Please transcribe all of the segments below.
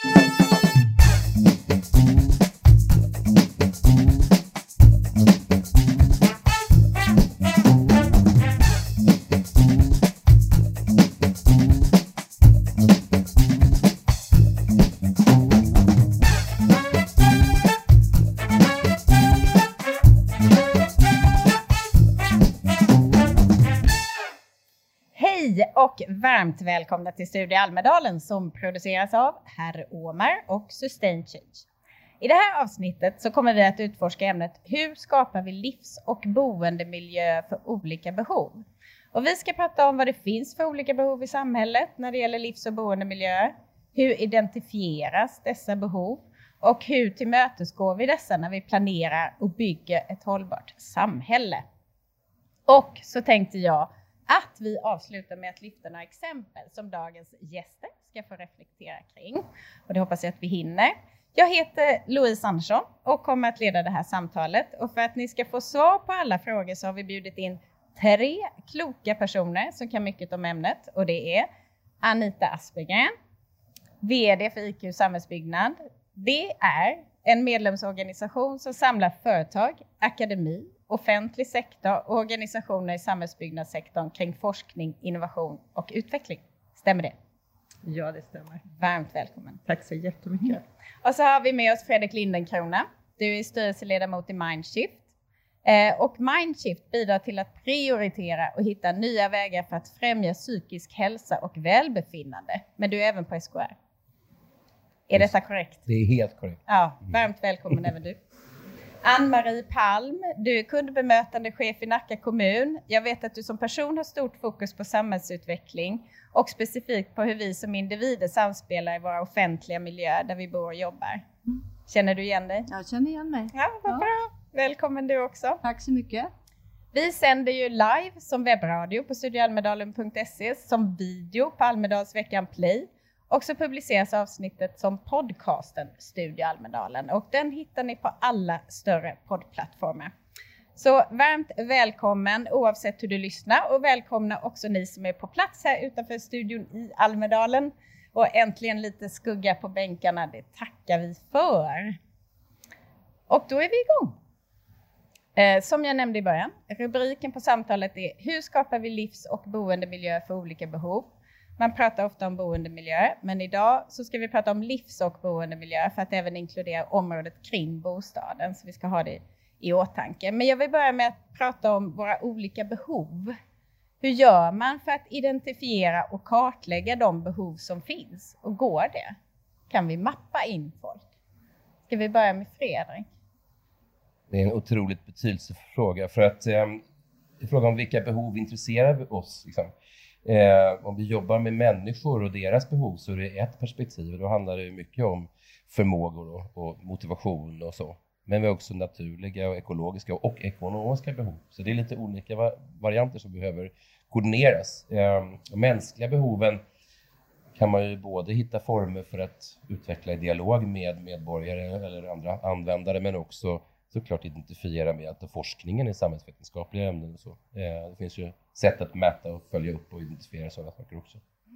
Och varmt välkomna till Studio Almedalen som produceras av Herr Åmar och Sustain Change. I det här avsnittet så kommer vi att utforska ämnet hur skapar vi livs- och boendemiljö för olika behov. Och vi ska prata om vad det finns för olika behov i samhället när det gäller livs- och boendemiljö. Hur identifieras dessa behov och hur tillmötesgår vi dessa när vi planerar och bygger ett hållbart samhälle. Och så tänkte jag att vi avslutar med att lyfta några exempel som dagens gäster ska få reflektera kring. Och det hoppas jag att vi hinner. Jag heter Louise Andersson och kommer att leda det här samtalet. Och för att ni ska få svar på alla frågor så har vi bjudit in 3 kloka personer som kan mycket om ämnet. Och det är Anita Aspergren, vd för IQ Samhällsbyggnad. Det är en medlemsorganisation som samlar företag, akademi, offentlig sektor och organisationer i samhällsbyggnadssektorn kring forskning, innovation och utveckling. Stämmer det? Ja, det stämmer. Varmt välkommen. Tack så jättemycket. Och så har vi med oss Fredrik Lindenkrona. Du är styrelseledamot i Mindshift. Och Mindshift bidrar till att prioritera och hitta nya vägar för att främja psykisk hälsa och välbefinnande. Men du är även på SKR. Är detta korrekt? Det är helt korrekt. Ja, varmt välkommen även du. Ann-Marie Palm, du är kundbemötande chef i Nacka kommun. Jag vet att du som person har stort fokus på samhällsutveckling och specifikt på hur vi som individer samspelar i våra offentliga miljöer där vi bor och jobbar. Känner du igen dig? Jag känner igen mig. Ja, vad bra. Välkommen du också. Tack så mycket. Vi sänder ju live som webbradio på studioalmedalen.se, som video på Almedalsveckan Play. Och så publiceras avsnittet som podcasten Studio Almedalen. Och den hittar ni på alla större poddplattformar. Så varmt välkommen oavsett hur du lyssnar. Och välkomna också ni som är på plats här utanför studion i Almedalen. Och äntligen lite skugga på bänkarna. Det tackar vi för. Och då är vi igång. Som jag nämnde i början. Rubriken på samtalet är hur skapar vi livs- och boendemiljö för olika behov. Man pratar ofta om boendemiljö, men idag så ska vi prata om livs- och boendemiljö för att även inkludera området kring bostaden. Så vi ska ha det i åtanke. Men jag vill börja med att prata om våra olika behov. Hur gör man för att identifiera och kartlägga de behov som finns? Och går det? Kan vi mappa in folk? Ska vi börja med Fredrik? Det är en otroligt betydelsefull fråga för att fråga om vilka behov intresserar oss. Liksom. Om vi jobbar med människor och deras behov så är det ett perspektiv. Då handlar det mycket om förmågor och motivation och så. Men vi har också naturliga och ekologiska och ekonomiska behov. Så det är lite olika varianter som behöver koordineras. De mänskliga behoven kan man ju både hitta former för att utveckla i dialog med medborgare eller andra användare, men också såklart identifiera med att forskningen i samhällsvetenskapliga ämnen och så. Det finns ju sätt att mäta och följa upp och identifiera sådana saker också.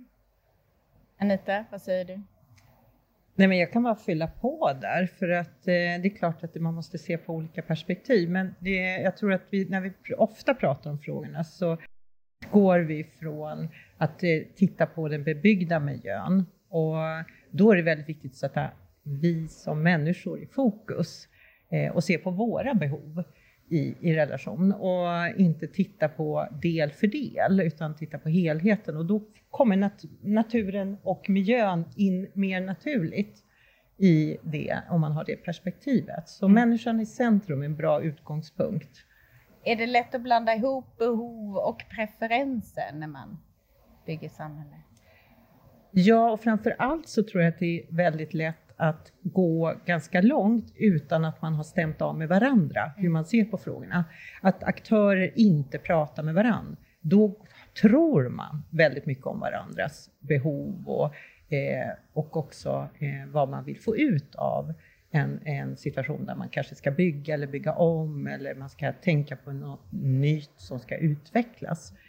Anita, vad säger du? Nej, men jag kan bara fylla på där för att det är klart att man måste se på olika perspektiv. Men jag tror att när vi ofta pratar om frågorna så går vi från att titta på den bebyggda miljön. Och då är det väldigt viktigt att sätta vi som människor i fokus. Och se på våra behov i relation och inte titta på del för del utan titta på helheten, och då kommer naturen och miljön in mer naturligt i det om man har det perspektivet. Så människan i centrum är en bra utgångspunkt. Är det lätt att blanda ihop behov och preferenser när man bygger samhälle? Ja, och framförallt så tror jag att det är väldigt lätt att gå ganska långt utan att man har stämt av med varandra hur man ser på frågorna. Att aktörer inte pratar med varandra. Då tror man väldigt mycket om varandras behov och också vad man vill få ut av en situation där man kanske ska bygga eller bygga om eller man ska tänka på något nytt som ska utvecklas.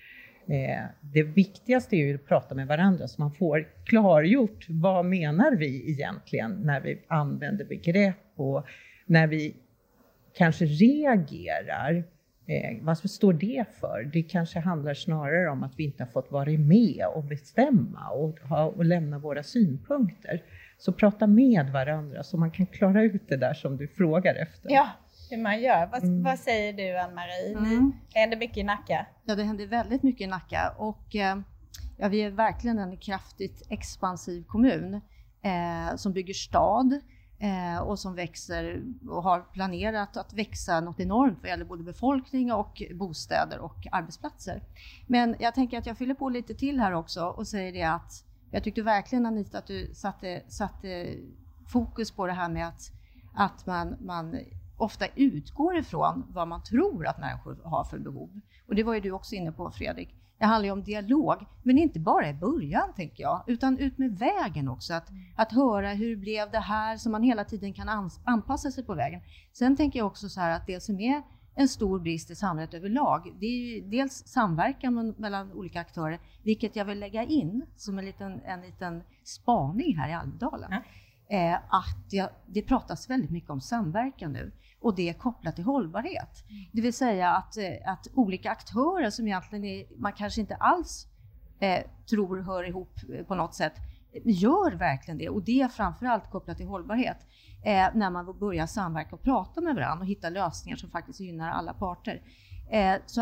Det viktigaste är ju att prata med varandra så man får klargjort vad menar vi egentligen när vi använder begrepp och när vi kanske reagerar. Vad står det för? Det kanske handlar snarare om att vi inte har fått vara med och bestämma och lämna våra synpunkter. Så prata med varandra så man kan klara ut det där som du frågar efter. Ja, hur man gör. Vad säger du, Ann-Marie? Händer mycket i Nacka? Ja, det händer väldigt mycket i Nacka och vi är verkligen en kraftigt expansiv kommun som bygger stad och som växer och har planerat att växa något enormt vad gäller både befolkning och bostäder och arbetsplatser. Men jag tänker att jag fyller på lite till här också och säger det att jag tyckte verkligen, Anita, att du satte fokus på det här med att man ofta utgår ifrån vad man tror att människor har för behov. Och det var ju du också inne på, Fredrik. Det handlar ju om dialog, men inte bara i början tänker jag, utan ut med vägen också. Att höra hur blev det här, så man hela tiden kan anpassa sig på vägen. Sen tänker jag också så här att det som är en stor brist i samhället överlag, det är ju dels samverkan mellan olika aktörer, vilket jag vill lägga in som en liten spaning här i Almedalen. Att det pratas väldigt mycket om samverkan nu och det är kopplat till hållbarhet. Det vill säga att olika aktörer som egentligen man kanske inte alls tror hör ihop på något sätt gör verkligen det, och det är framförallt kopplat till hållbarhet när man börjar samverka och prata med varandra och hitta lösningar som faktiskt gynnar alla parter. Så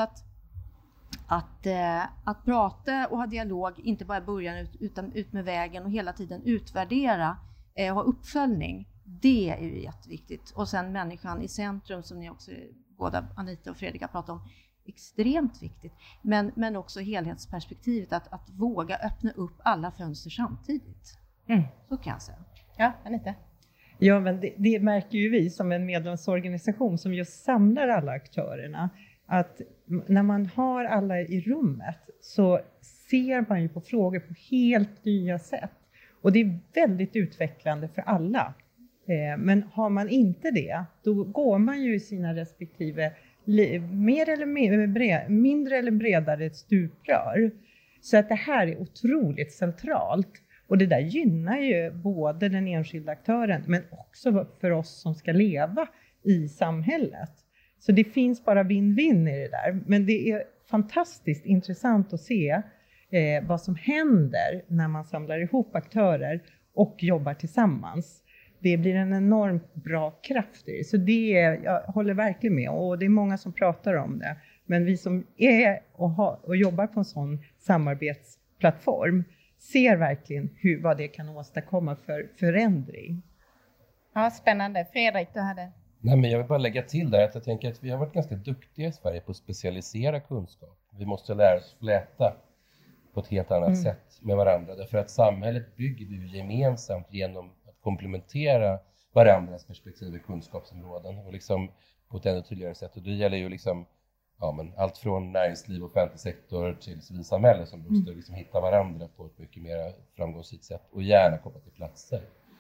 att prata och ha dialog, inte bara i början utan ut med vägen och hela tiden utvärdera och ha uppföljning, det är ju jätteviktigt. Och sen människan i centrum som ni också, båda Anita och Fredrik har pratat om, extremt viktigt. Men också helhetsperspektivet, att våga öppna upp alla fönster samtidigt. Så kan jag säga. Ja, Anita? Ja, men det märker ju vi som en medlemsorganisation som just samlar alla aktörerna. Att när man har alla i rummet så ser man ju på frågor på helt nya sätt. Och det är väldigt utvecklande för alla. Men har man inte det, då går man ju i sina respektive mer eller mindre eller bredare stuprör. Så att det här är otroligt centralt. Och det där gynnar ju både den enskilda aktören men också för oss som ska leva i samhället. Så det finns bara win-win i det där. Men det är fantastiskt intressant att se vad som händer när man samlar ihop aktörer och jobbar tillsammans. Det blir en enormt bra kraft i. Så jag håller verkligen med, och det är många som pratar om det. Men vi som är och jobbar på en sån samarbetsplattform ser verkligen vad det kan åstadkomma för förändring. Ja, spännande. Fredrik, du hade... Nej, men jag vill bara lägga till där att jag tänker att vi har varit ganska duktiga i Sverige på att specialisera kunskap. Vi måste lära oss fläta på ett helt annat sätt med varandra. Därför att samhället bygger vi gemensamt genom att komplementera varandras perspektiv och kunskapsområden. Och liksom på ett ännu tydligare sätt. Och det gäller ju liksom, allt från näringsliv och offentlig sektor till civilsamhälle som måste liksom hitta varandra på ett mycket mer framgångsrikt sätt. Och gärna koppla till platser.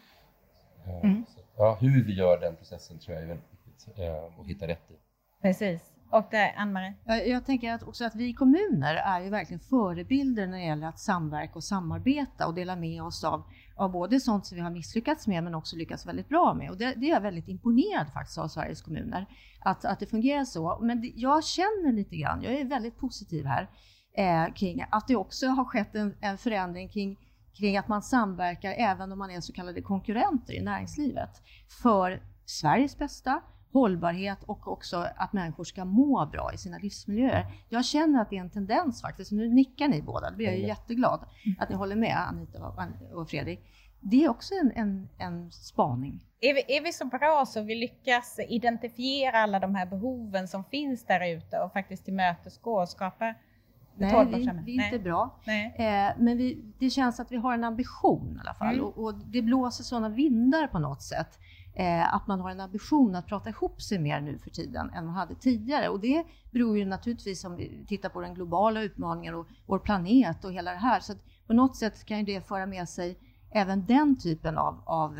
Så, hur vi gör den processen tror jag är väldigt viktigt att hitta rätt i. Precis. Och där, Ann-Marie? Jag tänker också att vi kommuner är ju verkligen förebilder när det gäller att samverka och samarbeta och dela med oss av både sånt som vi har misslyckats med men också lyckats väldigt bra med. Och det är jag väldigt imponerad faktiskt av Sveriges kommuner, att det fungerar så. Men jag känner lite grann, jag är väldigt positiv här, kring att det också har skett en förändring kring att man samverkar även om man är så kallade konkurrenter i näringslivet för Sveriges bästa, hållbarhet och också att människor ska må bra i sina livsmiljöer. Jag känner att det är en tendens faktiskt. Nu nickar ni båda. Det blir jag ju jätteglad att ni håller med, Anita och Fredrik. Det är också en spaning. Är vi så bra så vi lyckas identifiera alla de här behoven som finns där ute och faktiskt tillmötesgå och skapa ett hållbart samhälle? Vi är inte bra. Nej. Men det känns att vi har en ambition i alla fall. Och det blåser sådana vindar på något sätt. Att man har en ambition att prata ihop sig mer nu för tiden än man hade tidigare. Och det beror ju naturligtvis, om vi tittar på den globala utmaningen och vår planet och hela det här. Så att på något sätt kan ju det föra med sig även den typen av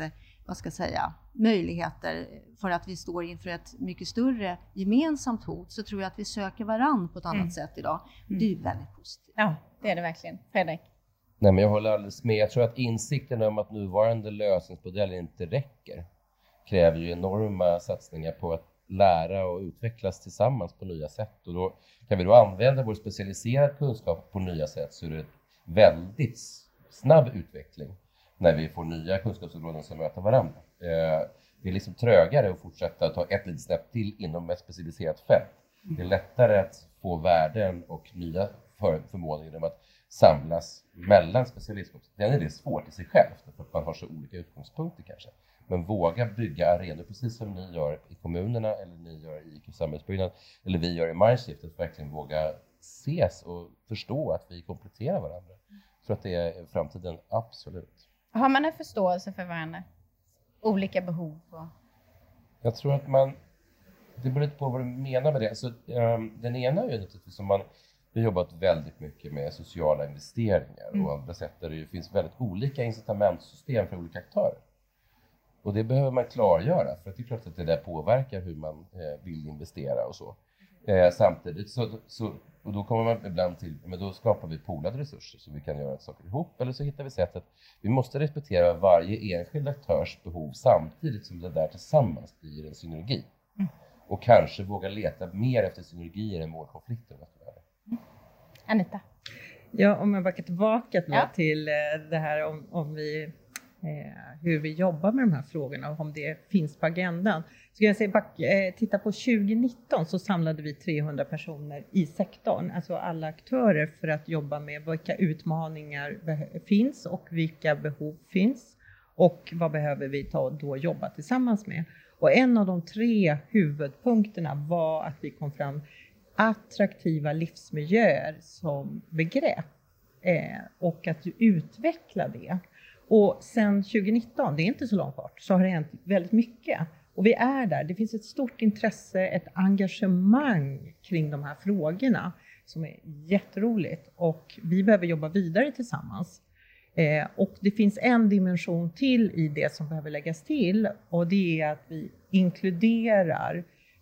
möjligheter för att vi står inför ett mycket större gemensamt hot, så tror jag att vi söker varann på ett annat sätt idag. Det är ju väldigt positivt. Ja, det är det verkligen. Fredrik? Nej, men jag håller alldeles med. Jag tror att insikten om att nuvarande lösningsmodeller inte räcker kräver ju enorma satsningar på att lära och utvecklas tillsammans på nya sätt. Och då kan vi då använda vår specialiserade kunskap på nya sätt, så är det väldigt snabb utveckling när vi får nya kunskapsområden som möter varandra. Det är liksom trögare att fortsätta ta ett litet snäpp till inom ett specialiserat fält. Det är lättare att få värden och nya förmågor genom att samlas mellan specialistkunskap. Den är det svårt i sig själv, för att man har så olika utgångspunkter kanske. Men våga bygga arenor, precis som ni gör i kommunerna, eller ni gör i IQ Samhällsbyggnad, eller vi gör i Mindshift, att verkligen våga ses och förstå att vi kompletterar varandra. Jag tror att det är framtiden, absolut. Har man en förståelse för varandra? Olika behov? Jag tror att det beror lite på vad du menar med det. Alltså, den ena är ju naturligtvis som vi har jobbat väldigt mycket med sociala investeringar och andra sätt där det finns väldigt olika incitamentsystem för olika aktörer. Och det behöver man klargöra, för att det är klart att det där påverkar hur man vill investera och så. Samtidigt och då kommer man ibland till, men då skapar vi poolade resurser så vi kan göra saker ihop, eller så hittar vi sätt att vi måste respektera varje enskild aktörs behov samtidigt som det där tillsammans blir en synergi. Och kanske våga leta mer efter synergier än målkonflikter. Anita? Ja, om jag backar tillbaka till det här om vi hur vi jobbar med de här frågorna och om det finns på agendan. Så kan jag säga, titta på 2019 så samlade vi 300 personer i sektorn, alltså alla aktörer, för att jobba med vilka utmaningar finns och vilka behov finns och vad behöver vi då jobba tillsammans med. Och en av de 3 huvudpunkterna var att vi kom fram attraktiva livsmiljöer som begrepp och att utveckla det. Och sen 2019, det är inte så långt bort, så har det hänt väldigt mycket. Och vi är där. Det finns ett stort intresse, ett engagemang kring de här frågorna som är jätteroligt. Och vi behöver jobba vidare tillsammans. Och det finns en dimension till i det som behöver läggas till. Och det är att vi inkluderar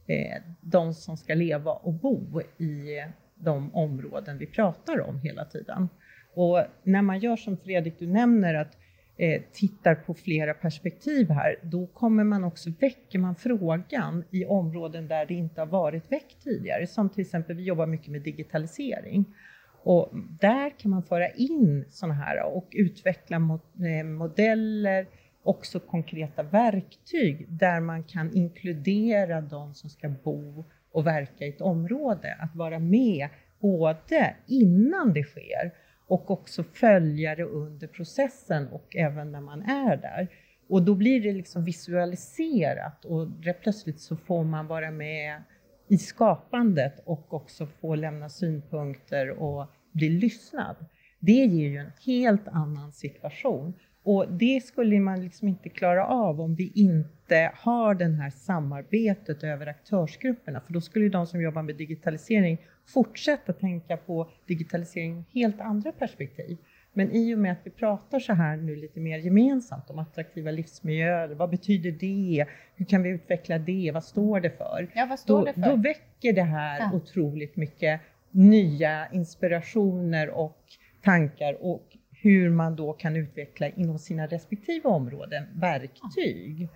de som ska leva och bo i de områden vi pratar om hela tiden. Och när man gör som Fredrik du nämner, att tittar på flera perspektiv här, då väcker man frågan i områden där det inte har varit väckt tidigare. Som till exempel, vi jobbar mycket med digitalisering. Och där kan man föra in sådana här och utveckla modeller, också konkreta verktyg där man kan inkludera de som ska bo och verka i ett område. Att vara med både innan det sker och också följa det under processen och även när man är där. Och då blir det liksom visualiserat och plötsligt så får man vara med i skapandet och också få lämna synpunkter och bli lyssnad. Det ger ju en helt annan situation. Och det skulle man liksom inte klara av om vi inte har den här samarbetet över aktörsgrupperna. För då skulle ju de som jobbar med digitalisering fortsätta tänka på digitalisering i helt andra perspektiv. Men i och med att vi pratar så här nu lite mer gemensamt om attraktiva livsmiljöer, vad betyder det? Hur kan vi utveckla det? Vad står det för? Ja, vad står det för? Då väcker det här otroligt mycket nya inspirationer och tankar och hur man då kan utveckla inom sina respektive områden verktyg.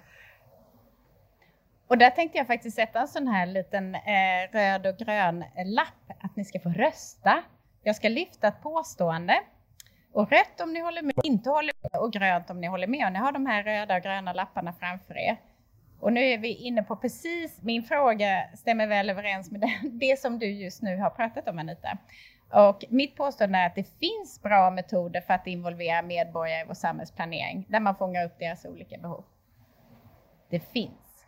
Och där tänkte jag faktiskt sätta en sån här liten röd och grön lapp att ni ska få rösta. Jag ska lyfta ett påstående. Och rött om ni håller med, inte håller med, och grönt om ni håller med. Och ni har de här röda och gröna lapparna framför er. Och nu är vi inne på precis, min fråga stämmer väl överens med det som du just nu har pratat om, Anita. Och mitt påstående är att det finns bra metoder för att involvera medborgare i vår samhällsplanering där man fångar upp deras olika behov. Det finns.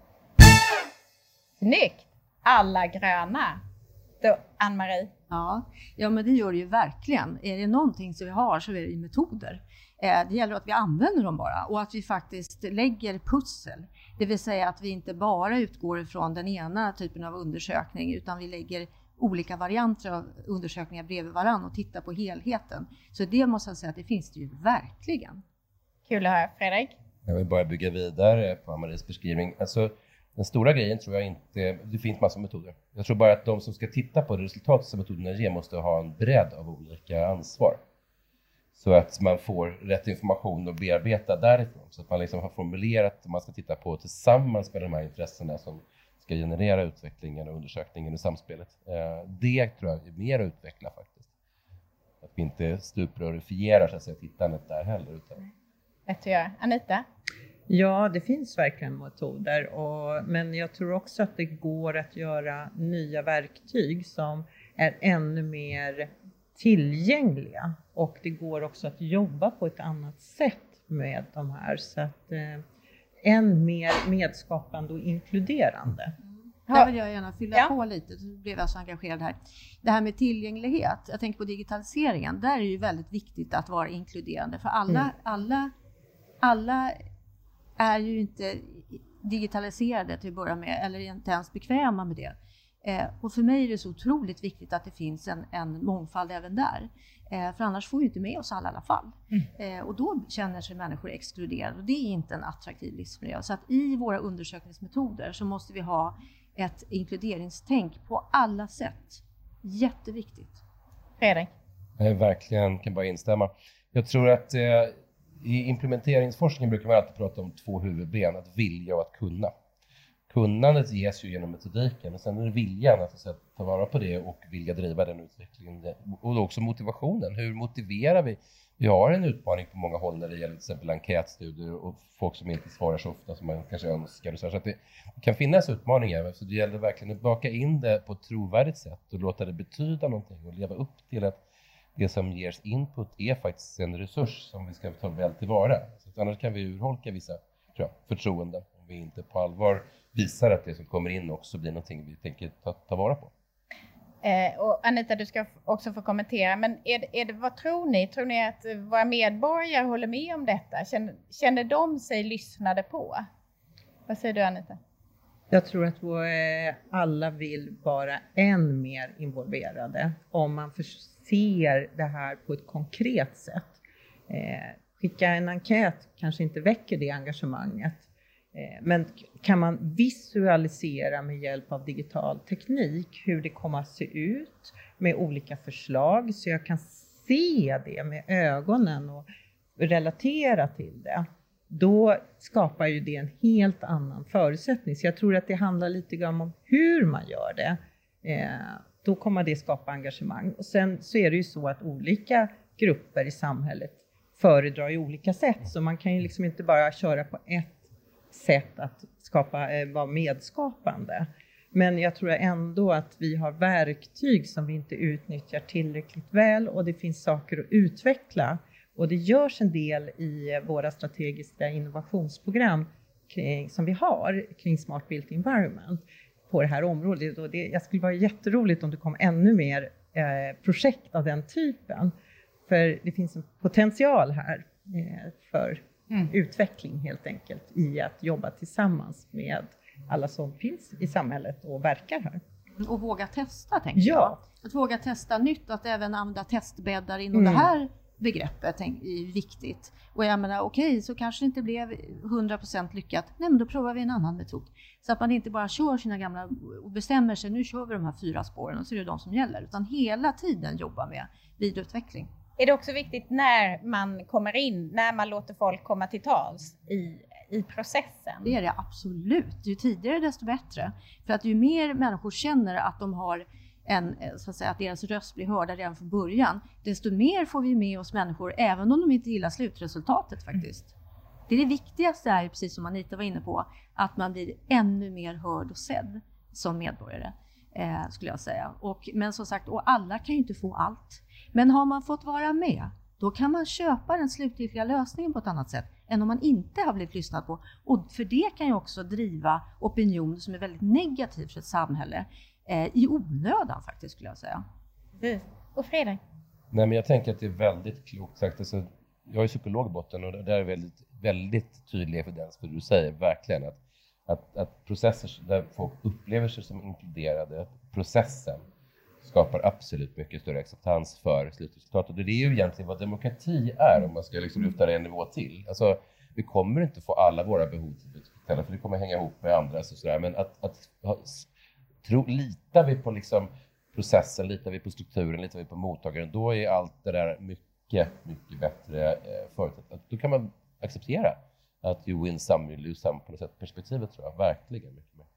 Snyggt! Alla gröna. Då, Ann-Marie. Ja, men det gör det ju verkligen. Är det någonting som vi har så är det ju metoder. Det gäller att vi använder dem bara och att vi faktiskt lägger pussel. Det vill säga att vi inte bara utgår ifrån den ena typen av undersökning utan vi lägger olika varianter av undersökningar bredvid varandra och tittar på helheten. Så det måste jag säga att det finns det ju verkligen. Kul att höra, Fredrik. Jag vill bara bygga vidare på Maries beskrivning. Alltså, den stora grejen tror jag inte, det finns massor av metoder. Jag tror bara att de som ska titta på det resultat som metoderna ger måste ha en bredd av olika ansvar. Så att man får rätt information och bearbeta därifrån. Så att man liksom har formulerat vad man ska titta på tillsammans med de här intressena som ska generera utvecklingen och undersökningen och samspelet. Det tror jag är mer att utveckla faktiskt. Att vi inte stuprörifierar så att säga tittandet där heller. Utan... Rätt att göra. Anita? Ja, det finns verkligen metoder. Men jag tror också att det går att göra nya verktyg som är ännu mer tillgängliga. Och det går också att jobba på ett annat sätt med de här. Så att än mer medskapande och inkluderande. Här vill jag gärna fylla på lite, så blev jag så engagerad här. Det här med tillgänglighet, jag tänker på digitaliseringen, där är det ju väldigt viktigt att vara inkluderande. För alla är ju inte digitaliserade till att börja med, eller inte ens bekväma med det. Och för mig är det så otroligt viktigt att det finns en mångfald även där. För annars får vi inte med oss alla i alla fall. Och då känner sig människor exkluderade och det är inte en attraktiv livsmiljö. Så att i våra undersökningsmetoder så måste vi ha ett inkluderingstänk på alla sätt. Jätteviktigt. Fredrik? Jag verkligen kan bara instämma. Jag tror att i implementeringsforskning brukar man alltid prata om 2 huvudben, att vilja och att kunna. Kunnandet ges ju genom metodiken, och sen är det viljan att ta vara på det och vilja driva den utvecklingen. Och också motivationen. Hur motiverar vi? Vi har en utmaning på många håll när det gäller till exempel enkätstudier och folk som inte svarar så ofta som man kanske önskar. Så att det kan finnas utmaningar, så det gäller verkligen att baka in det på ett trovärdigt sätt och låta det betyda någonting och leva upp till att det som ges input är faktiskt en resurs som vi ska ta väl tillvara. Så att annars kan vi urholka vissa förtroenden om vi inte på allvar visar att det som kommer in också blir någonting vi tänker ta vara på. Och Anita, du ska också få kommentera, men vad tror ni? Tror ni att våra medborgare håller med om detta? Känner de sig lyssnade på? Vad säger du, Anita? Jag tror att alla vill vara än mer involverade om man ser det här på ett konkret sätt. Skicka en enkät kanske inte väcker det engagemanget. Men kan man visualisera med hjälp av digital teknik hur det kommer att se ut med olika förslag, så jag kan se det med ögonen och relatera till det, då skapar ju det en helt annan förutsättning. Så jag tror att det handlar lite grann om hur man gör det. Då kommer det skapa engagemang. Och sen så är det ju så att olika grupper i samhället föredrar ju olika sätt. Så man kan ju liksom inte bara köra på ett sätt att vara medskapande. Men jag tror ändå att vi har verktyg som vi inte utnyttjar tillräckligt väl, och det finns saker att utveckla. Och det görs en del i våra strategiska innovationsprogram som vi har kring Smart Built Environment på det här området. Och jag skulle vara jätteroligt om det kom ännu mer projekt av den typen. För det finns en potential här för utveckling helt enkelt i att jobba tillsammans med alla som finns i samhället och verkar här. Och våga testa, tänker jag. Att våga testa nytt, att även använda testbäddar inom det här begreppet är viktigt. Och jag menar, okej, så kanske det inte blev 100% lyckat. Nej, men då provar vi en annan metod. Så att man inte bara kör sina gamla och bestämmer sig, nu kör vi de här 4 spåren och så är det de som gäller. Utan hela tiden jobba med vidareutveckling. Är det också viktigt när man kommer in, när man låter folk komma till tals i processen? Det är det absolut. Ju tidigare desto bättre. För att ju mer människor känner att de har så att säga, att deras röst blir hörda redan från början, desto mer får vi med oss människor, även om de inte gillar slutresultatet faktiskt. Det är det viktigaste är, precis som Anita var inne på, att man blir ännu mer hörd och sedd som medborgare, skulle jag säga. Men som sagt, och alla kan ju inte få allt. Men har man fått vara med, då kan man köpa den slutgiltiga lösningen på ett annat sätt än om man inte har blivit lyssnad på. Och för det kan ju också driva opinion som är väldigt negativ för ett samhälle i onödan faktiskt, skulle jag säga. Och Fredrik? Nej, men jag tänker att det är väldigt klokt sagt. Alltså, jag är psykolog i botten och det är väldigt, väldigt tydlig evidens för det du säger, verkligen. Att processer där folk upplever sig som inkluderade, processen skapar absolut mycket större acceptans för slutresultatet. Och det är ju egentligen vad demokrati är, om man ska liksom lyfta det en nivå till. Alltså, Vi kommer inte få alla våra behov tillfredsställda, för det kommer hänga ihop med andra. Så men litar vi på liksom processen, litar vi på strukturen, litar vi på mottagaren, då är allt det där mycket, mycket bättre förutsättningar. Då kan man acceptera att you win some, you lose some på något sätt. Perspektivet tror jag verkligen mycket mer.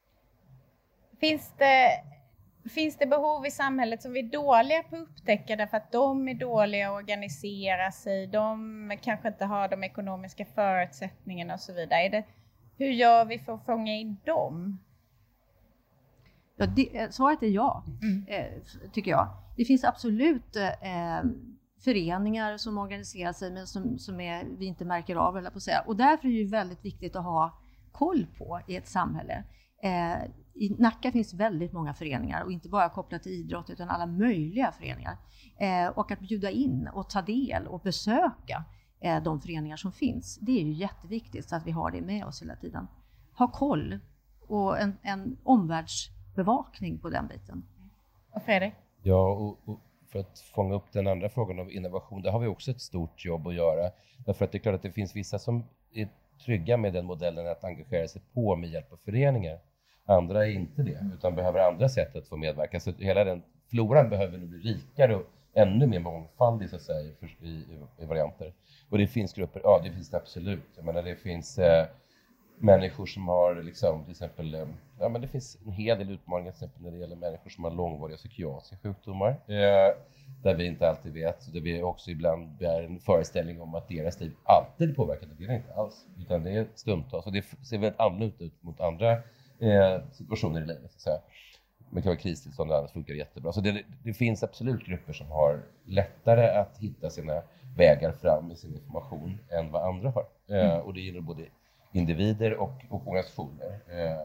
Finns det behov i samhället som vi är dåliga på att upptäcka därför att de är dåliga att organisera sig, de kanske inte har de ekonomiska förutsättningarna och så vidare. Hur gör vi för att fånga in dem? Ja, svaret är ja, tycker jag. Det finns absolut föreningar som organiserar sig men som vi inte märker av, eller på att säga. Och därför är det ju väldigt viktigt att ha koll på i ett samhälle. I Nacka finns väldigt många föreningar, och inte bara kopplat till idrott utan alla möjliga föreningar. Och att bjuda in och ta del och besöka de föreningar som finns, det är ju jätteviktigt så att vi har det med oss hela tiden. Ha koll och en omvärldsbevakning på den biten. Och Fredrik? Ja, och för att fånga upp den andra frågan om innovation, där har vi också ett stort jobb att göra. Därför att det är klart att det finns vissa som är trygga med den modellen att engagera sig på med hjälp av föreningar. Andra är inte det, utan behöver andra sätt att få medverka. Så hela den floran behöver nu bli rikare och ännu mer mångfaldig så att säga, i varianter. Och det finns grupper, ja det finns det absolut. Jag menar det finns människor som har liksom, till exempel, ja men det finns en hel del utmaningar till exempel när det gäller människor som har långvariga psykiatriska sjukdomar. Där vi inte alltid vet, där vi också ibland bär en föreställning om att deras liv alltid är påverkat. Det är det inte alls, utan det är stundtals. Och det ser väldigt annorlunda ut mot andra situationer i livet. Så att säga. Man kan vara kristillstånd och annars funkar det jättebra. Så det finns absolut grupper som har lättare att hitta sina vägar fram med sin information än vad andra har. Och det gäller både individer och organisationer.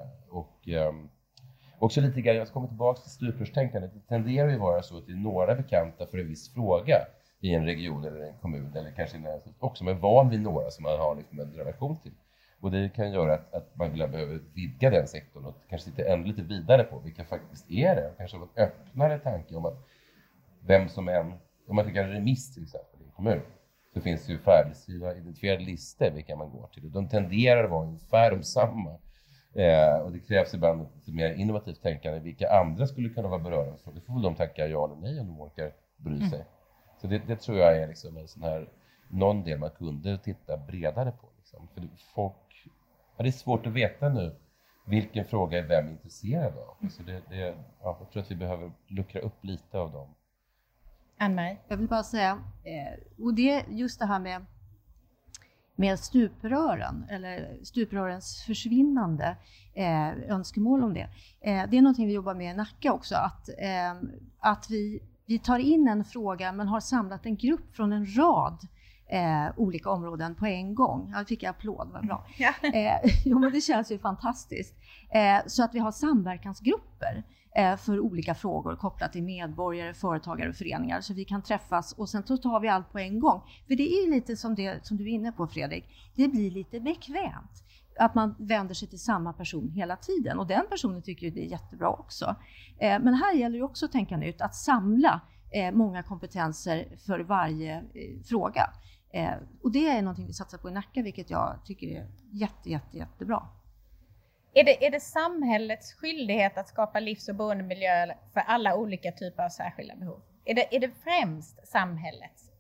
Också lite grann, jag kommer tillbaka till stuprörstänkandet. Det tenderar ju vara så att det är några bekanta för en viss fråga i en region eller en kommun eller kanske också med van vid några som man har liksom en relation till. Och det kan göra att man behöver vidga den sektorn och kanske titta ännu lite vidare på vilka faktiskt är det. Kanske ha en öppnare tanke om att vem som än, om man tycker en remiss till exempel i en kommun, så finns det ju färdigskrivna identifierade listor vilka man går till. Och de tenderar att vara ungefär de samma. Och det krävs ibland ett mer innovativt tänkande vilka andra skulle kunna vara berörda. Så det får väl de tacka ja eller nej om de orkar bry sig. Så det tror jag är liksom en sån här, någon del man kunde titta bredare på. Liksom. För det är svårt att veta nu vilken fråga är vem intresserad av. Så jag tror att vi behöver luckra upp lite av dem. Ann-Marie? Jag vill bara säga, och det är just det här med stuprören, eller stuprörens försvinnande, önskemål om det. Det är någonting vi jobbar med i Nacka också, att vi tar in en fråga men har samlat en grupp från en rad olika områden på en gång. Jag fick applåd, vad bra. Ja. Jo, men det känns ju fantastiskt. Så att vi har samverkansgrupper för olika frågor kopplat till medborgare, företagare och föreningar. Så vi kan träffas och sen så tar vi allt på en gång. För det är lite som det som du är inne på, Fredrik. Det blir lite bekvämt att man vänder sig till samma person hela tiden. Och den personen tycker ju det är jättebra också. Men här gäller det också att tänka nytt, att samla många kompetenser för varje fråga. Och det är någonting vi satsar på i Nacka, vilket jag tycker är jättebra. Är det samhällets skyldighet att skapa livs- och boendemiljö för alla olika typer av särskilda behov? Är det främst samhällets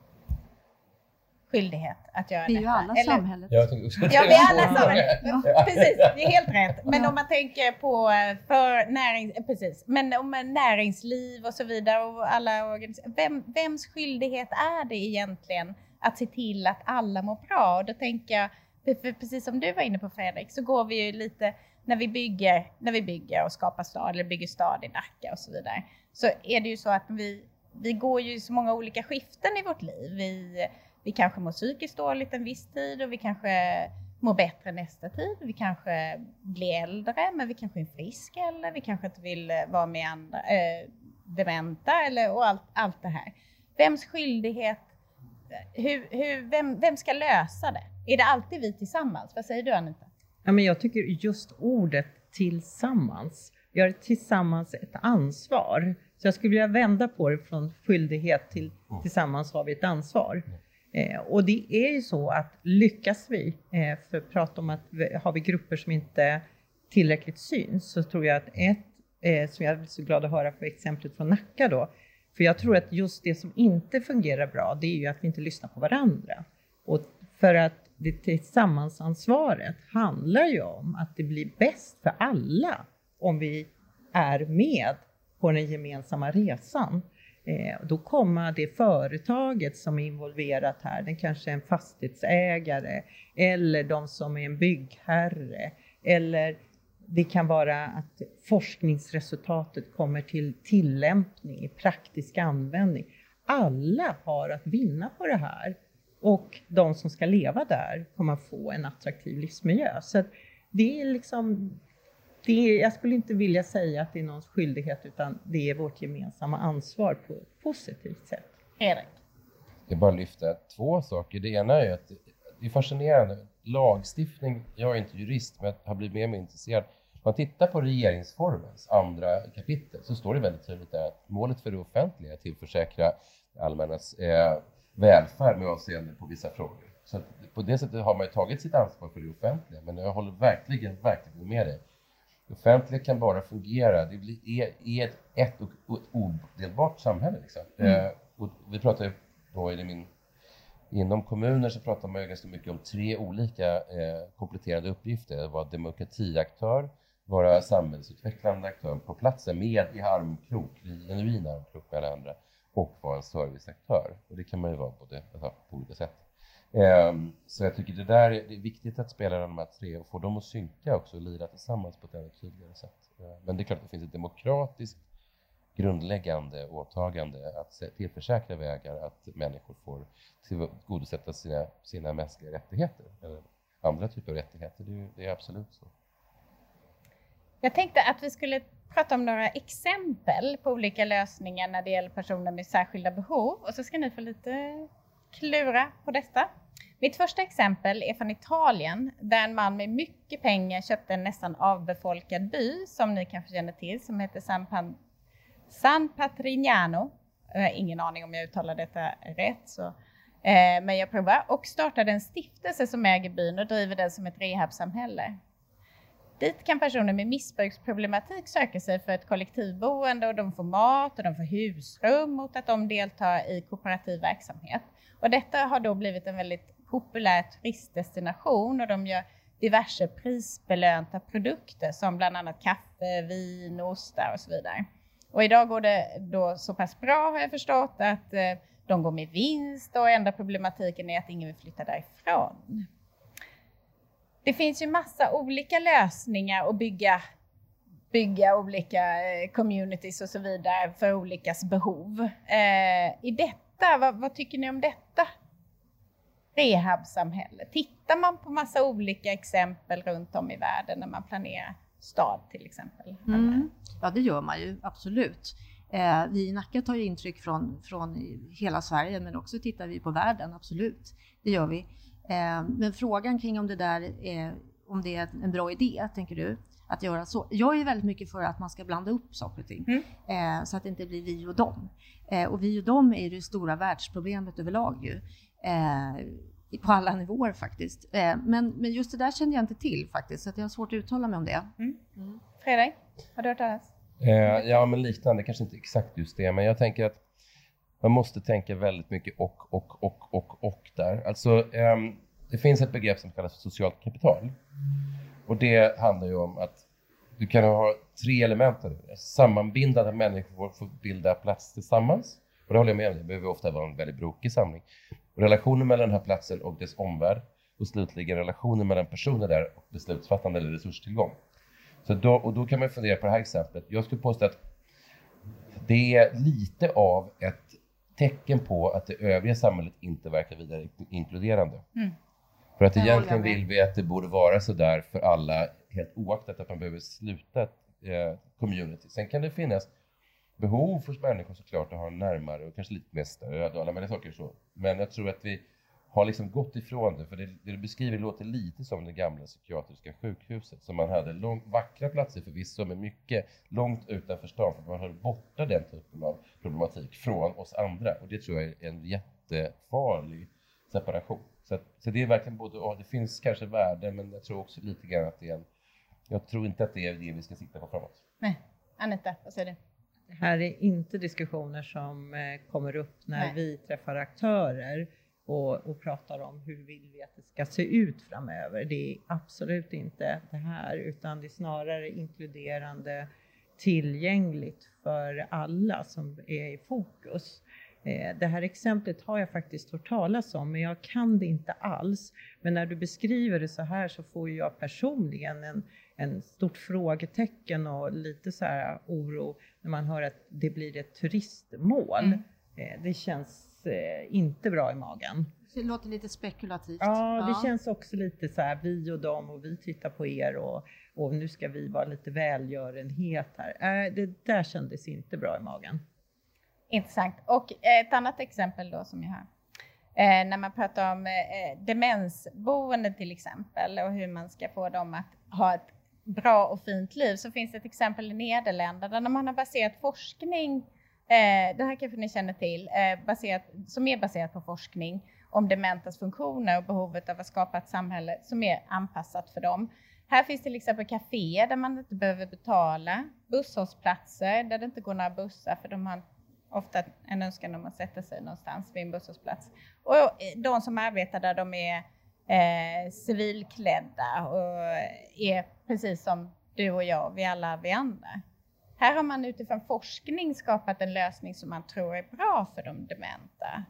skilldighet att göra detta? Vi är ju alla eller? Samhället. Ja, vi är alla samhället. Precis, det är helt rätt. Men om man tänker på precis. Men om näringsliv och så vidare och alla organisationer, vems skyldighet är det egentligen att se till att alla mår bra? Och då tänker jag, för precis som du var inne på, Fredrik, så går vi ju lite, när vi bygger och skapar stad eller bygger stad i Nacka och så vidare, så är det ju så att vi går ju så många olika skiften i vårt liv. Vi kanske mår psykiskt dåligt en viss tid och vi kanske mår bättre nästa tid. Vi kanske blir äldre, men vi kanske är friska, eller vi kanske inte vill vara med andra dementa och allt det här. Vems skyldighet? Vem ska lösa det? Är det alltid vi tillsammans? Vad säger du, Anita? Ja, men jag tycker just ordet tillsammans gör tillsammans ett ansvar. Så jag skulle vilja vända på det från skyldighet till tillsammans har vi ett ansvar. Och det är ju så att lyckas vi, för att prata om att har vi grupper som inte tillräckligt syns, så tror jag att som jag är så glad att höra för exemplet från Nacka då. För jag tror att just det som inte fungerar bra, det är ju att vi inte lyssnar på varandra. Och för att det tillsammansansvaret handlar ju om att det blir bäst för alla om vi är med på den gemensamma resan. Då kommer det företaget som är involverat här, den kanske är en fastighetsägare eller de som är en byggherre, eller det kan vara att forskningsresultatet kommer till tillämpning i praktisk användning. Alla har att vinna på det här, och de som ska leva där kommer få en attraktiv livsmiljö. Så att det är liksom, jag skulle inte vilja säga att det är någons skyldighet, utan det är vårt gemensamma ansvar på ett positivt sätt. Erik? Jag bara lyfta 2 saker. Det ena är att det är fascinerande. Lagstiftning, jag är inte jurist men jag har blivit mer och mer intresserad. Om man tittar på regeringsformens 2 kapitel så står det väldigt tydligt där att målet för det offentliga är att tillförsäkra allmännas välfärd med avseende på vissa frågor. Så att på det sättet har man ju tagit sitt ansvar för det offentliga, men jag håller verkligen med dig. Det offentliga kan bara fungera, det är ett odelbart samhälle. Liksom. Och vi pratar ju då inom kommuner så pratar man ju ganska mycket om 3 olika kompletterande uppgifter. Att vara demokratiaktör, vara samhällsutvecklande aktör på platsen med i genuin armkrok med alla andra, och vara en serviceaktör. Och det kan man ju vara på olika sätt. Så jag tycker det är viktigt att spela de här 3 och få dem att synka också och lira tillsammans på ett ännu tydligare sätt. Men det är klart att det finns ett demokratiskt grundläggande åtagande att tillförsäkra vägar att människor får tillgodosätta sina mänskliga rättigheter eller andra typer av rättigheter. Det är absolut så. Jag tänkte att vi skulle prata om några exempel på olika lösningar när det gäller personer med särskilda behov, och så ska ni få lite klura på detta. Mitt första exempel är från Italien, där en man med mycket pengar köpte en nästan avbefolkad by som ni kanske känner till, som heter San Patrignano. Jag har ingen aning om jag uttalar detta rätt, men jag provar. Och startade en stiftelse som äger byn och driver den som ett rehabsamhälle. Dit kan personer med missbruksproblematik söka sig för ett kollektivboende, och de får mat och de får husrum mot att de deltar i kooperativ verksamhet. Och detta har då blivit en väldigt populär turistdestination, och de gör diverse prisbelönta produkter som bland annat kaffe, vin, ostar och så vidare. Och idag går det då så pass bra, har jag förstått, att de går med vinst, och enda problematiken är att ingen vill flytta därifrån. Det finns ju massa olika lösningar att bygga olika communities och så vidare för olikas behov. I detta, vad tycker ni om detta rehabsamhälle? Tittar man på massa olika exempel runt om i världen när man planerar stad till exempel? Ja, det gör man ju absolut. Vi i Nacka tar ju intryck från hela Sverige, men också tittar vi på världen, absolut. Det gör vi. Men frågan kring om det är en bra idé, tänker du, att göra så. Jag är väldigt mycket för att man ska blanda upp saker och ting. Så att det inte blir vi och dem. Och vi och dem är det stora världsproblemet överlag ju. På alla nivåer faktiskt. Men just det där kände jag inte till faktiskt. Så att jag har svårt att uttala mig om det. Fredrik, har du hört talas? Ja, men liknande. Kanske inte exakt just det. Men jag tänker att man måste tänka väldigt mycket och där. Alltså, det finns ett begrepp som kallas för socialt kapital. Och det handlar ju om att du kan ha 3 element. Sammanbindade människor får bilda plats tillsammans. Och det håller jag med om. Det behöver ofta vara en väldigt brokig samling. Och relationen mellan den här platsen och dess omvärld. Och slutligen relationen mellan personer där och beslutsfattande eller resurstillgång. Så då kan man fundera på det här exemplet. Jag skulle påstå att det är lite av ett tecken på att det övriga samhället inte verkar vidare inkluderande. För att egentligen vill vi att det borde vara så där för alla, helt oaktat att man behöver sluta ett community. Sen kan det finnas behov för människor såklart att ha närmare och kanske lite mer stöd och alla möjliga saker så. Men jag tror att vi har liksom gått ifrån det, för det du beskriver låter lite som det gamla psykiatriska sjukhuset som man hade vackra platser förvisso, men mycket långt utanför stan, för att man hade borta den typen av problematik från oss andra, och det tror jag är en jättefarlig separation. Så det är verkligen både, det finns kanske värde, men jag tror också lite grann att jag tror inte att det är det vi ska sikta på framåt. Nej. Anita, vad säger du? Det här är inte diskussioner som kommer upp när vi träffar aktörer och pratar om hur vill vi att det ska se ut framöver. Det är absolut inte det här, utan det är snarare inkluderande, tillgängligt för alla som är i fokus. Det här exemplet har jag faktiskt hört talas om, men jag kan det inte alls. Men när du beskriver det så här så får jag personligen en stort frågetecken och lite så här oro när man hör att det blir ett turistmål. Det känns inte bra i magen. Det låter lite spekulativt. Ja, det känns också lite så här, vi och dem och vi tittar på er och nu ska vi vara lite välgörenhet här. Det där kändes inte bra i magen. Intressant. Och ett annat exempel då som jag har. När man pratar om demensboende till exempel och hur man ska få dem att ha ett bra och fint liv, så finns det ett exempel i Nederländerna där man har baserat forskning, det här kanske ni känner till, som är baserat på forskning om dementas funktioner och behovet av att skapa ett samhälle som är anpassat för dem. Här finns till exempel kaféer där man inte behöver betala, busshållplatser där det inte går några bussar för de har ofta en önskan om att sätta sig någonstans vid en busshållplats. Och de som arbetar där, de är civilklädda och är precis som du och jag, vi andra. Här har man utifrån forskning skapat en lösning som man tror är bra för de dementa.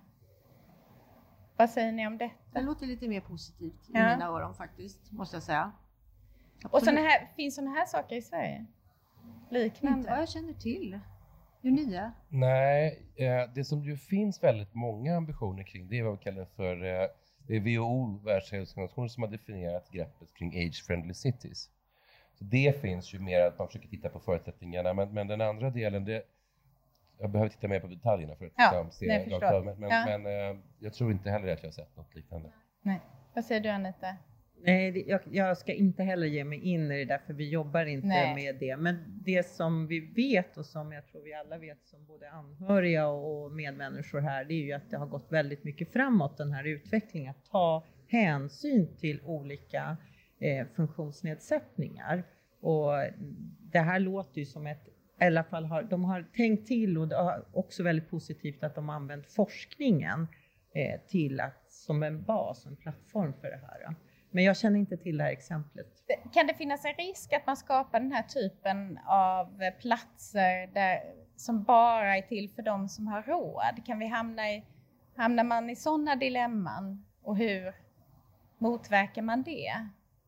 Vad säger ni om detta? Det låter lite mer positivt i mina öron faktiskt, måste jag säga. Absolut. Och finns sådana här saker i Sverige? Liknande? Inte vad jag känner till. Hur nya? Nej, det som ju finns väldigt många ambitioner kring, det är vad vi kallar för det är WHO, Världshälsoorganisationen, som har definierat greppet kring age-friendly cities. Så det finns ju mer att man försöker titta på förutsättningarna, men den andra delen, jag behöver titta mer på detaljerna för att se klart, men jag tror inte heller att jag har sett något liknande. Nej. Vad säger du, Anita? Nej, jag ska inte heller ge mig in i det där, för vi jobbar inte med det. Men det som vi vet och som jag tror vi alla vet som både anhöriga och medmänniskor här, det är ju att det har gått väldigt mycket framåt, den här utvecklingen. Att ta hänsyn till olika funktionsnedsättningar. Och det här låter ju som ett, i alla fall de har tänkt till, och det är också väldigt positivt att de har använt forskningen till att som en bas, en plattform för det här. Men jag känner inte till det här exemplet. Kan det finnas en risk att man skapar den här typen av platser som bara är till för de som har råd? Kan vi hamnar man i sådana dilemman? Och hur motverkar man det?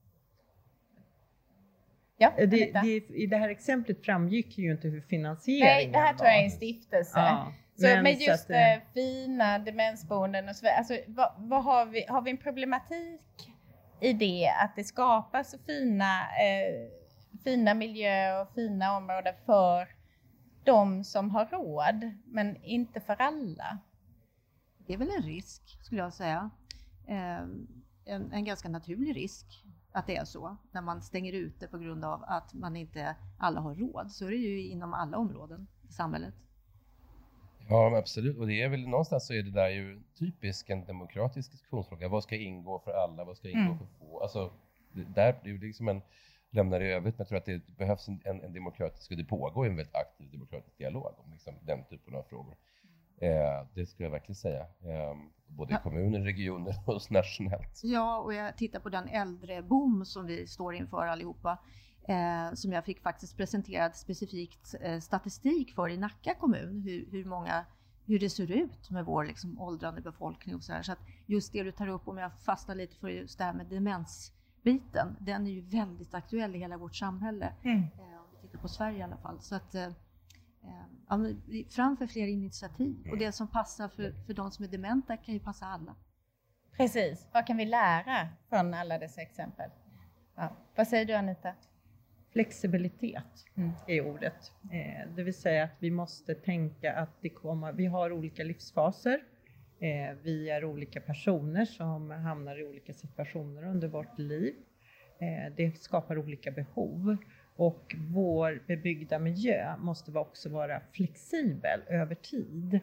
Ja, I det här exemplet framgick ju inte hur finansieringen var. Nej, det här tror jag är en stiftelse. Ja, men just fina demensboenden och så vidare. Alltså, vad har vi en problematik i det, att det skapas så fina miljöer och fina områden för de som har råd, men inte för alla? Det är väl en risk, skulle jag säga. En ganska naturlig risk att det är så. När man stänger ute på grund av att man inte alla har råd, så är det ju inom alla områden i samhället. Ja, absolut. Och det är väl någonstans så är det där ju typiskt en demokratisk diskussionsfråga. Vad ska ingå för alla? Vad ska ingå för få? Alltså, där blir det liksom lämnar det övrigt. Men jag tror att det behövs en demokratisk, och det pågår en väldigt aktiv demokratisk dialog om liksom den typen av frågor. Det skulle jag verkligen säga. Både i kommuner, regioner och nationellt. Ja, och jag tittar på den äldreboom som vi står inför allihopa. Som jag fick faktiskt presenterad specifikt statistik för i Nacka kommun. Hur det ser ut med vår liksom åldrande befolkning och så här. Så att just det du tar upp, om jag fastnar lite för just det här med demensbiten, den är ju väldigt aktuell i hela vårt samhälle. Om vi tittar på Sverige i alla fall. Så att framför fler initiativ. Och det som passar för de som är dementa kan ju passa alla. Precis. Vad kan vi lära från alla dessa exempel? Ja. Vad säger du, Anita? Flexibilitet är ordet. Det vill säga att vi måste tänka att vi har olika livsfaser. Vi är olika personer som hamnar i olika situationer under vårt liv. Det skapar olika behov. Och vår bebyggda miljö måste också vara flexibel över tid.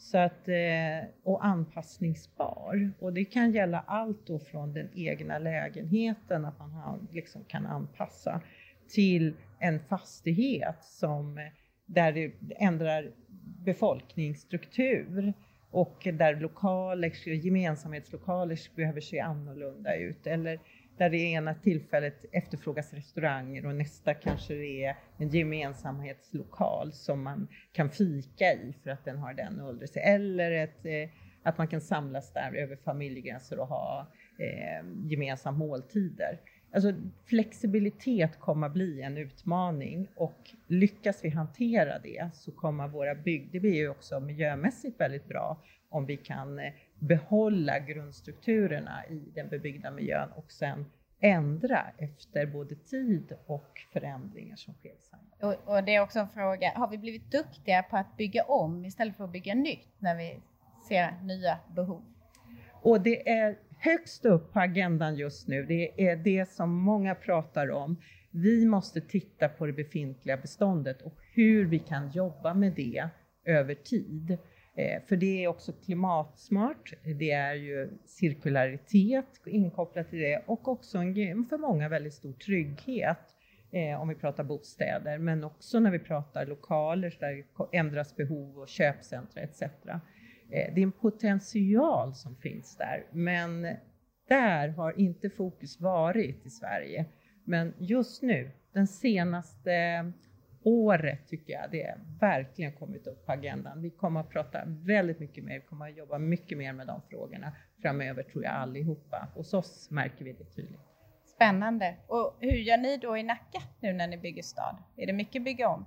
Så att, och anpassningsbar. Och det kan gälla allt då från den egna lägenheten, att man liksom kan anpassa, till en fastighet där det ändrar befolkningsstruktur. Och där gemensamhetslokaler behöver se annorlunda ut. Eller där det ena tillfället efterfrågas restauranger och nästa kanske det är en gemensamhetslokal som man kan fika i för att den har den ålders. Eller att man kan samlas där över familjegränser och ha gemensamma måltider. Alltså flexibilitet kommer att bli en utmaning, och lyckas vi hantera det så kommer det blir ju också miljömässigt väldigt bra om vi kan behålla grundstrukturerna i den bebyggda miljön och sen ändra efter både tid och förändringar som sker i samhället. Och det är också en fråga, har vi blivit duktiga på att bygga om istället för att bygga nytt när vi ser nya behov? Och det är högst upp på agendan just nu. Det är det som många pratar om. Vi måste titta på det befintliga beståndet och hur vi kan jobba med det över tid. För det är också klimatsmart. Det är ju cirkularitet inkopplat till det, och också för många väldigt stor trygghet om vi pratar bostäder. Men också när vi pratar lokaler där det ändras behov och köpcentra etc. Det är en potential som finns där, men där har inte fokus varit i Sverige. Men just nu, den senaste året tycker jag det verkligen kommit upp på agendan. Vi kommer att prata väldigt mycket mer, vi kommer att jobba mycket mer med de frågorna framöver, tror jag allihopa. Hos oss märker vi det tydligt. Spännande. Och hur gör ni då i Nacka nu när ni bygger stad? Är det mycket bygga om?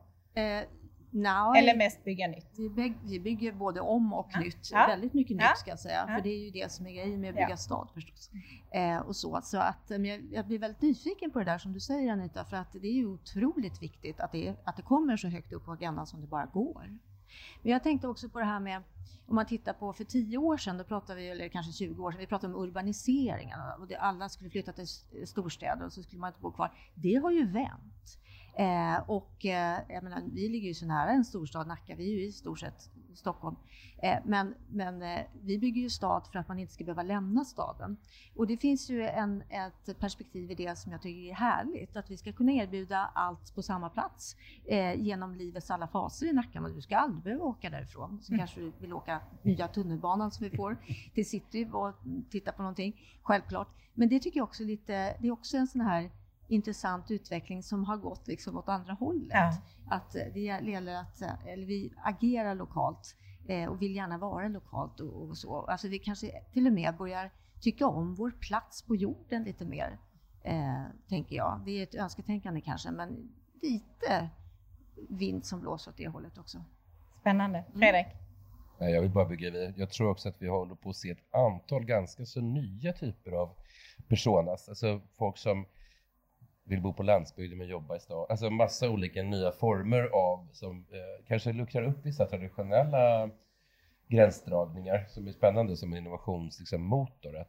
Eller mest bygga nytt? Vi bygger både om och nytt. Ja. Väldigt mycket nytt ska jag säga. Ja. För det är ju det som är grejen med att bygga stad förstås. Så att jag blir väldigt nyfiken på det där som du säger, Anita. För att det är ju otroligt viktigt att det kommer så högt upp på agendan som det bara går. Men jag tänkte också på det här med, om man tittar på för 10 år sedan, då pratade vi, eller kanske 20 år sedan, vi pratade om urbaniseringen. Och alla skulle flytta till storstäder och så skulle man inte bo kvar. Det har ju vänt. Jag menar, vi ligger ju så nära en storstad, Nacka, vi är ju i stort sett Stockholm. Men vi bygger ju stad för att man inte ska behöva lämna staden. Och det finns ju ett perspektiv i det som jag tycker är härligt. Att vi ska kunna erbjuda allt på samma plats genom livets alla faser i Nacka. Men du ska aldrig behöva åka därifrån. Så kanske du vill åka nya tunnelbanan som vi får till city och titta på någonting. Självklart. Men det tycker jag också det är också en sån här intressant utveckling som har gått liksom åt andra hållet. Ja. Att det gäller att vi agerar lokalt och vill gärna vara lokalt och så. Alltså vi kanske till och med börjar tycka om vår plats på jorden lite mer, tänker jag. Det är ett önsketänkande kanske, men lite vind som blåser åt det hållet också. Spännande. Fredrik? Jag vill bara bygga vidare. Jag tror också att vi håller på att se ett antal ganska så nya typer av personas. Alltså folk som vill bo på landsbygden men jobba i stad. Alltså massa olika nya former av som kanske luckrar upp vissa traditionella gränsdragningar som är spännande som en innovationsmotor.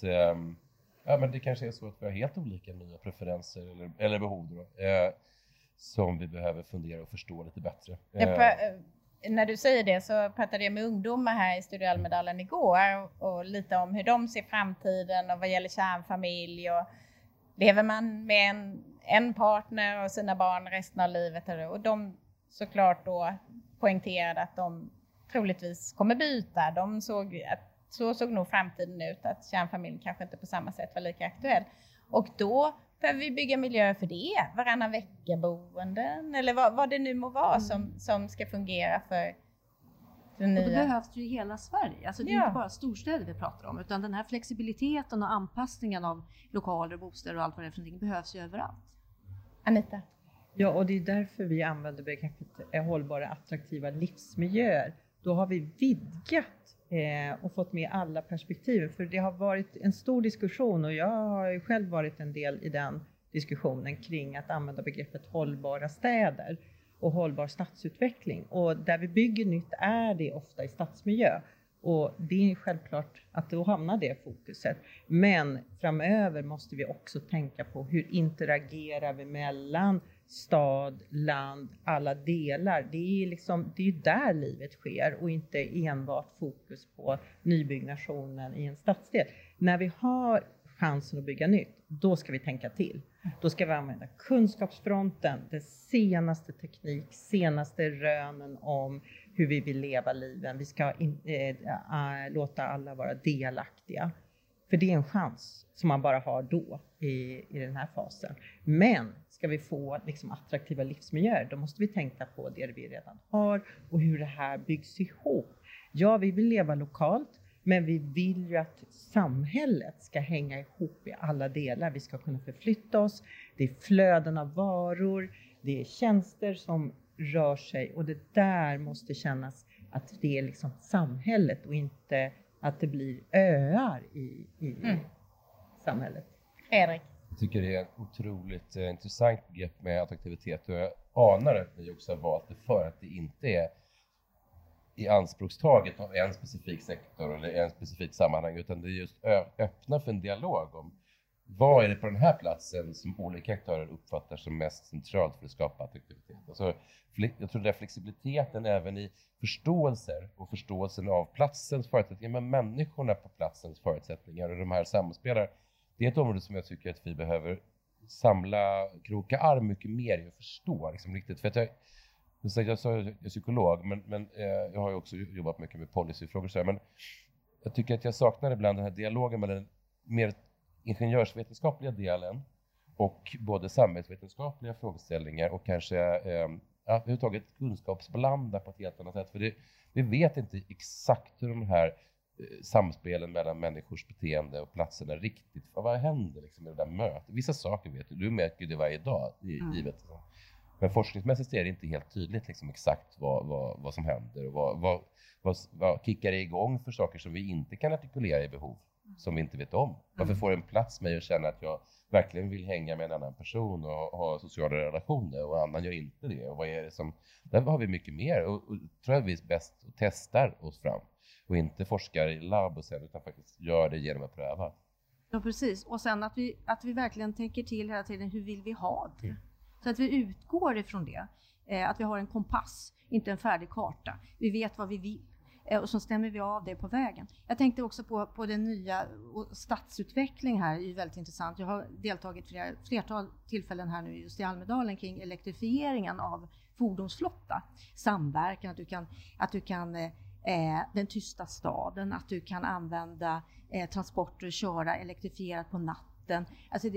Men det kanske är så att vi har helt olika nya preferenser eller behov då, som vi behöver fundera och förstå lite bättre. När du säger det så pratade jag med ungdomar här i Studio Almedalen igår och lite om hur de ser framtiden och vad gäller kärnfamilj och lever man med en partner och sina barn resten av livet. Och de såklart då poängterade att de troligtvis kommer byta. De såg att så såg nog framtiden ut, att kärnfamiljen kanske inte på samma sätt var lika aktuell. Och då behöver vi bygga miljö för det. Varannan vecka boenden eller vad det nu må vara som ska fungera för den nya. Och det behövs ju i hela Sverige. Alltså det är inte bara storstäder vi pratar om, utan den här flexibiliteten och anpassningen av lokaler, bostäder och allt vad det är för någonting behövs ju överallt. Anita? Ja, och det är därför vi använder begreppet hållbara attraktiva livsmiljöer. Då har vi vidgat och fått med alla perspektiv. För det har varit en stor diskussion och jag har ju själv varit en del i den diskussionen kring att använda begreppet hållbara städer och hållbar stadsutveckling. Och där vi bygger nytt är det ofta i stadsmiljö. Och det är självklart att då hamnar det fokuset. Men framöver måste vi också tänka på hur interagerar vi mellan stad, land, alla delar. Det är liksom, det är där livet sker och inte enbart fokus på nybyggnationen i en stadsdel. När vi har chansen att bygga nytt, då ska vi tänka till. Då ska vi använda kunskapsfronten, det senaste teknik, senaste rönen om hur vi vill leva liven. Vi ska låta alla vara delaktiga. För det är en chans som man bara har då i den här fasen. Men ska vi få liksom attraktiva livsmiljöer, då måste vi tänka på det vi redan har och hur det här byggs ihop. Ja, vi vill leva lokalt, men vi vill ju att samhället ska hänga ihop i alla delar. Vi ska kunna förflytta oss. Det är flöden av varor, det är tjänster som rör sig och det där måste kännas att det är liksom samhället och inte att det blir öar i samhället. Fredrik? Jag tycker det är ett otroligt intressant begrepp med attraktivitet och jag anar att ni också har valt det för att det inte är i anspråkstaget av en specifik sektor eller en specifik sammanhang utan det är just öppna för en dialog om vad är det på den här platsen som olika aktörer uppfattar som mest centralt för att skapa attraktivitet. Alltså, jag tror att flexibiliteten även i förståelser och förståelsen av platsens förutsättningar med människorna på platsens förutsättningar och de här samspelar. Det är ett område som jag tycker att vi behöver kroka arm mycket mer i att förstå liksom, riktigt. För att jag är psykolog men jag har ju också jobbat mycket med policyfrågor så här, men jag tycker att jag saknar ibland den här dialogen mellan den mer ingenjörsvetenskapliga delen och både samhällsvetenskapliga frågeställningar och kanske överhuvudtaget kunskapsblanda på ett helt annat sätt. För vi vet inte exakt hur de här samspelen mellan människors beteende och platserna riktigt, vad händer liksom i det där mötet? Vissa saker vet du märker det varje dag givet. Men forskningsmässigt är det inte helt tydligt liksom exakt vad som händer och vad kickar det igång för saker som vi inte kan artikulera i behov. Som vi inte vet om. Varför får en plats mig att känna att jag verkligen vill hänga med en annan person och ha sociala relationer och annan gör inte det. Och vad är det som... Där har vi mycket mer och tror jag vi är bäst och testar oss fram. Och inte forskar i labb och sen utan faktiskt gör det genom att pröva. Ja precis. Och sen att vi verkligen tänker till hela tiden hur vill vi ha det. Så att vi utgår ifrån det. Att vi har en kompass, inte en färdig karta. Vi vet vad vi vill. Och så stämmer vi av det på vägen. Jag tänkte också på den nya stadsutveckling här, är ju väldigt intressant. Jag har deltagit flertal tillfällen här nu just i Almedalen kring elektrifieringen av fordonsflotta. Samverkan, att du kan den tysta staden, att du kan använda transporter och köra elektrifierat på natten. Alltså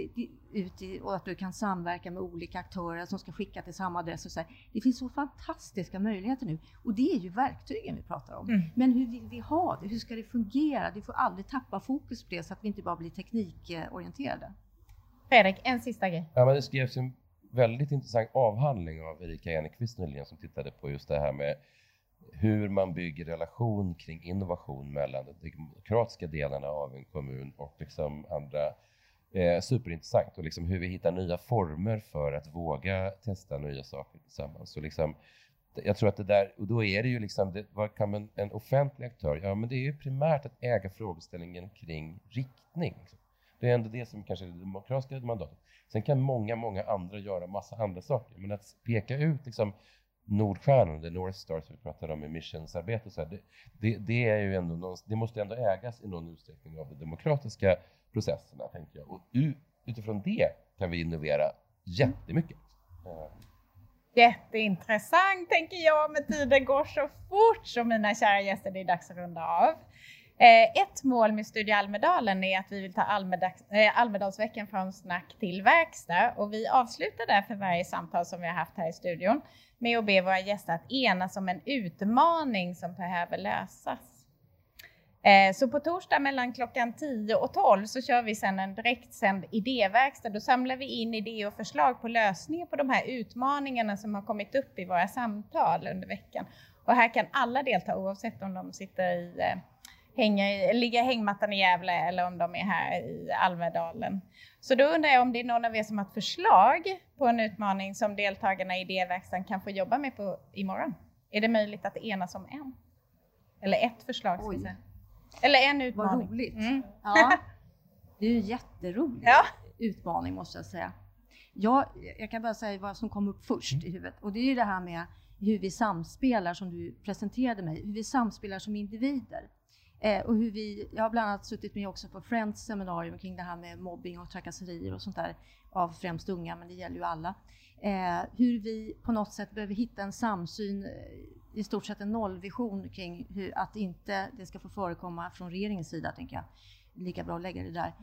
och att du kan samverka med olika aktörer som ska skicka till samma adress. Och så här. Det finns så fantastiska möjligheter nu. Och det är ju verktygen vi pratar om. Men hur vill vi ha det? Hur ska det fungera? Vi får aldrig tappa fokus på det så att vi inte bara blir teknikorienterade. Fredrik, en sista grej. Ja, men det skrevs en väldigt intressant avhandling av Erika Enekvist nyligen som tittade på just det här med hur man bygger relation kring innovation mellan de demokratiska delarna av en kommun och liksom andra. Superintressant och liksom hur vi hittar nya former för att våga testa nya saker tillsammans. Så liksom, jag tror att det där, och då är det ju liksom, vad kan en offentlig aktör, ja men det är ju primärt att äga frågeställningen kring riktning. Liksom. Det är ändå det som kanske är det demokratiska mandatet. Sen kan många andra göra massa andra saker, men att peka ut liksom Nordstjärnan, the North Star som vi pratade om i missionsarbete, så här, det är ju ändå det måste ändå ägas i någon utsträckning av de demokratiska processerna, tänker jag. Och utifrån det kan vi innovera jättemycket. Jätteintressant tänker jag, men tiden går så fort. Så mina kära gäster, det är dags att runda av. Ett mål med Studio Almedalen är att vi vill ta Almedalsveckan från snack till verkstad. Och vi avslutar därför varje samtal som vi har haft här i studion med att be våra gäster att enas om en utmaning som behöver lösas. Så på torsdag mellan klockan 10 och 12 så kör vi sedan en direktsänd idéverkstad. Då samlar vi in idéer och förslag på lösningar på de här utmaningarna som har kommit upp i våra samtal under veckan. Och här kan alla delta oavsett om de sitter ligger i hängmattan i Gävle eller om de är här i Almedalen. Så då undrar jag om det är någon av er som har ett förslag på en utmaning som deltagarna i idéverkstaden kan få jobba med på imorgon. Är det möjligt att enas om en? Eller ett förslag ska jag säga. Eller en utmaning. Vad roligt. Ja, det är ju en jätterolig utmaning måste jag säga. Jag kan bara säga vad som kom upp först i huvudet. Och det är ju det här med hur vi samspelar, som du presenterade mig. Hur vi samspelar som individer. Och jag har bland annat suttit med också på Friends seminarium kring det här med mobbing och trakasserier och sånt där. Av främst unga, men det gäller ju alla. Hur vi på något sätt behöver hitta en samsyn, i stort sett en nollvision kring att inte det ska få förekomma från regeringens sida, tänker jag. Lika bra att lägga det där.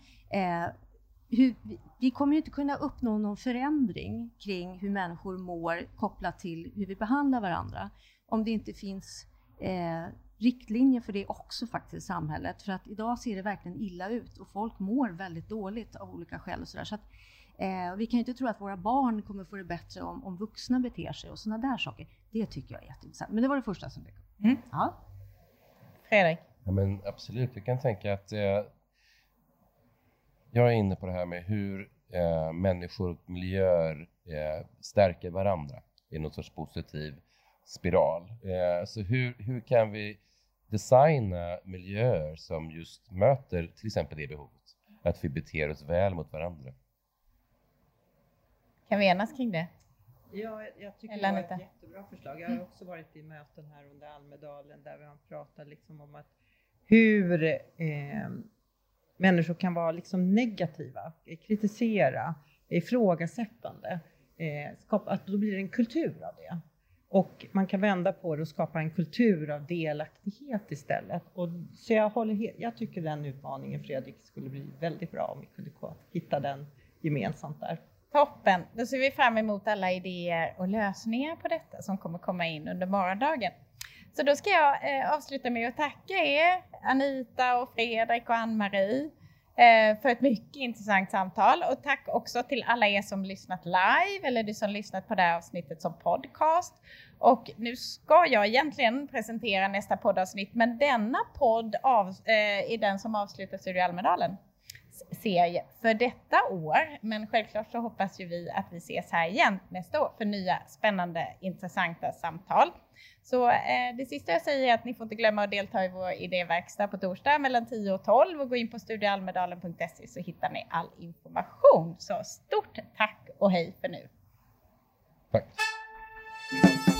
Vi kommer ju inte kunna uppnå någon förändring kring hur människor mår kopplat till hur vi behandlar varandra. Om det inte finns riktlinjer för det också faktiskt i samhället. För att idag ser det verkligen illa ut och folk mår väldigt dåligt av olika skäl och sådär. Så att vi kan ju inte tro att våra barn kommer få det bättre om vuxna beter sig och sådana där saker. Det tycker jag är jätteintressant. Men det var det första som dök upp. Ja. Fredrik? Ja, men absolut, jag kan tänka att jag är inne på det här med hur människor och miljöer stärker varandra i någon sorts positiv spiral. Så hur kan vi designa miljöer som just möter till exempel det behovet? Att vi beter oss väl mot varandra. Kan vi enas kring det? Ja, jag tycker det var ett jättebra förslag. Jag har också varit i möten här under Almedalen där vi har pratat liksom om att hur människor kan vara liksom negativa, kritisera, ifrågasättande. Att då blir det en kultur av det. Och man kan vända på det och skapa en kultur av delaktighet istället. Så jag tycker den utmaningen, Fredrik, skulle bli väldigt bra om vi kunde hitta den gemensamt där. Toppen! Då ser vi fram emot alla idéer och lösningar på detta som kommer komma in under morgondagen. Så då ska jag avsluta med att tacka er, Anita och Fredrik och Ann-Marie, för ett mycket intressant samtal. Och tack också till alla er som lyssnat live eller du som lyssnat på det här avsnittet som podcast. Och nu ska jag egentligen presentera nästa poddavsnitt, men denna podd är den som avslutar Studio Almedalen serie för detta år. Men självklart så hoppas ju vi att vi ses här igen nästa år för nya spännande, intressanta samtal. Så det sista jag säger är att ni får inte glömma att delta i vår idéverkstad på torsdag mellan 10 och 12 och gå in på studioalmedalen.se så hittar ni all information. Så stort tack och hej för nu. Tack.